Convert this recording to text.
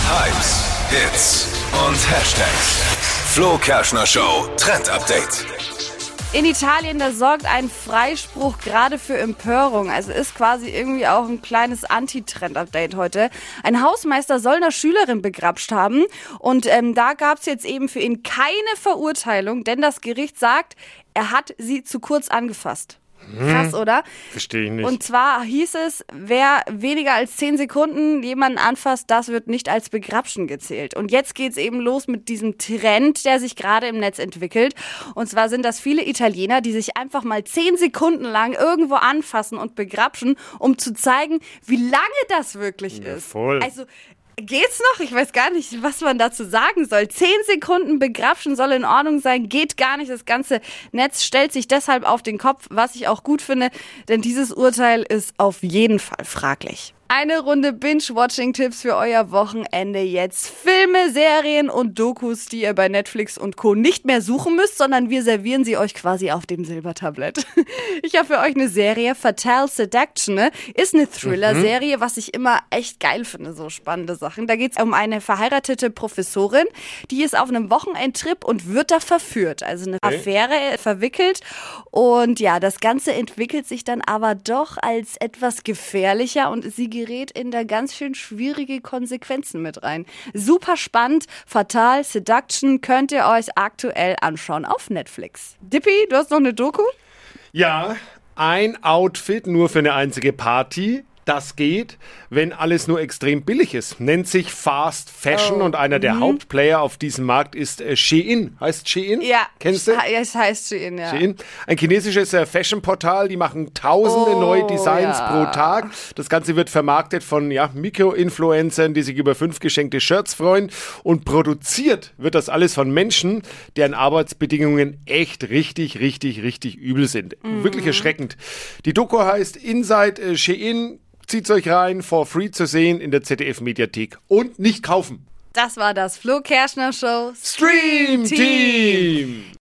Hypes, Hits und Hashtags. Flo Kerschner Show Trend Update. In Italien, da sorgt ein Freispruch gerade für Empörung. Also ist quasi irgendwie auch ein kleines Anti-Trend-Update heute. Ein Hausmeister soll eine Schülerin begrapscht haben. Und da gab es jetzt eben für ihn keine Verurteilung, denn das Gericht sagt, er hat sie zu kurz angefasst. Krass, oder? Verstehe ich nicht. Und zwar hieß es, wer weniger als 10 Sekunden jemanden anfasst, das wird nicht als Begrapschen gezählt. Und jetzt geht's eben los mit diesem Trend, der sich gerade im Netz entwickelt. Und zwar sind das viele Italiener, die sich einfach mal 10 Sekunden lang irgendwo anfassen und begrapschen, um zu zeigen, wie lange das wirklich ist. Voll. Also geht's noch? Ich weiß gar nicht, was man dazu sagen soll. 10 Sekunden begrapschen soll in Ordnung sein, geht gar nicht. Das ganze Netz stellt sich deshalb auf den Kopf, was ich auch gut finde, denn dieses Urteil ist auf jeden Fall fraglich. Eine Runde Binge-Watching-Tipps für euer Wochenende jetzt. Filme, Serien und Dokus, die ihr bei Netflix und Co. nicht mehr suchen müsst, sondern wir servieren sie euch quasi auf dem Silbertablett. Ich habe für euch eine Serie, Fatal Seduction, ne? Ist eine Thriller-Serie, was ich immer echt geil finde, so spannende Sachen. Da geht es um eine verheiratete Professorin, die ist auf einem Wochenendtrip und wird da verführt, also eine Affäre verwickelt. Und ja, das Ganze entwickelt sich dann aber doch als etwas gefährlicher und sie gerät in da ganz schön schwierige Konsequenzen mit rein. Super spannend, Fatal Seduction könnt ihr euch aktuell anschauen auf Netflix. Dippy, du hast noch eine Doku? Ja, ein Outfit nur für eine einzige Party. Das geht, wenn alles nur extrem billig ist. Nennt sich Fast Fashion und einer der Hauptplayer auf diesem Markt ist Shein. Heißt Shein? Ja. Kennst du? Es heißt Shein, ja. Shein. Ein chinesisches Fashion-Portal, die machen tausende neue Designs pro Tag. Das Ganze wird vermarktet von Mikro-Influencern, die sich über 5 geschenkte Shirts freuen. Und produziert wird das alles von Menschen, deren Arbeitsbedingungen echt richtig übel sind. Wirklich erschreckend. Die Doku heißt Inside Shein. Zieht's euch rein, for free zu sehen in der ZDF-Mediathek. Und nicht kaufen. Das war das Flo Kerschner Show Stream Team!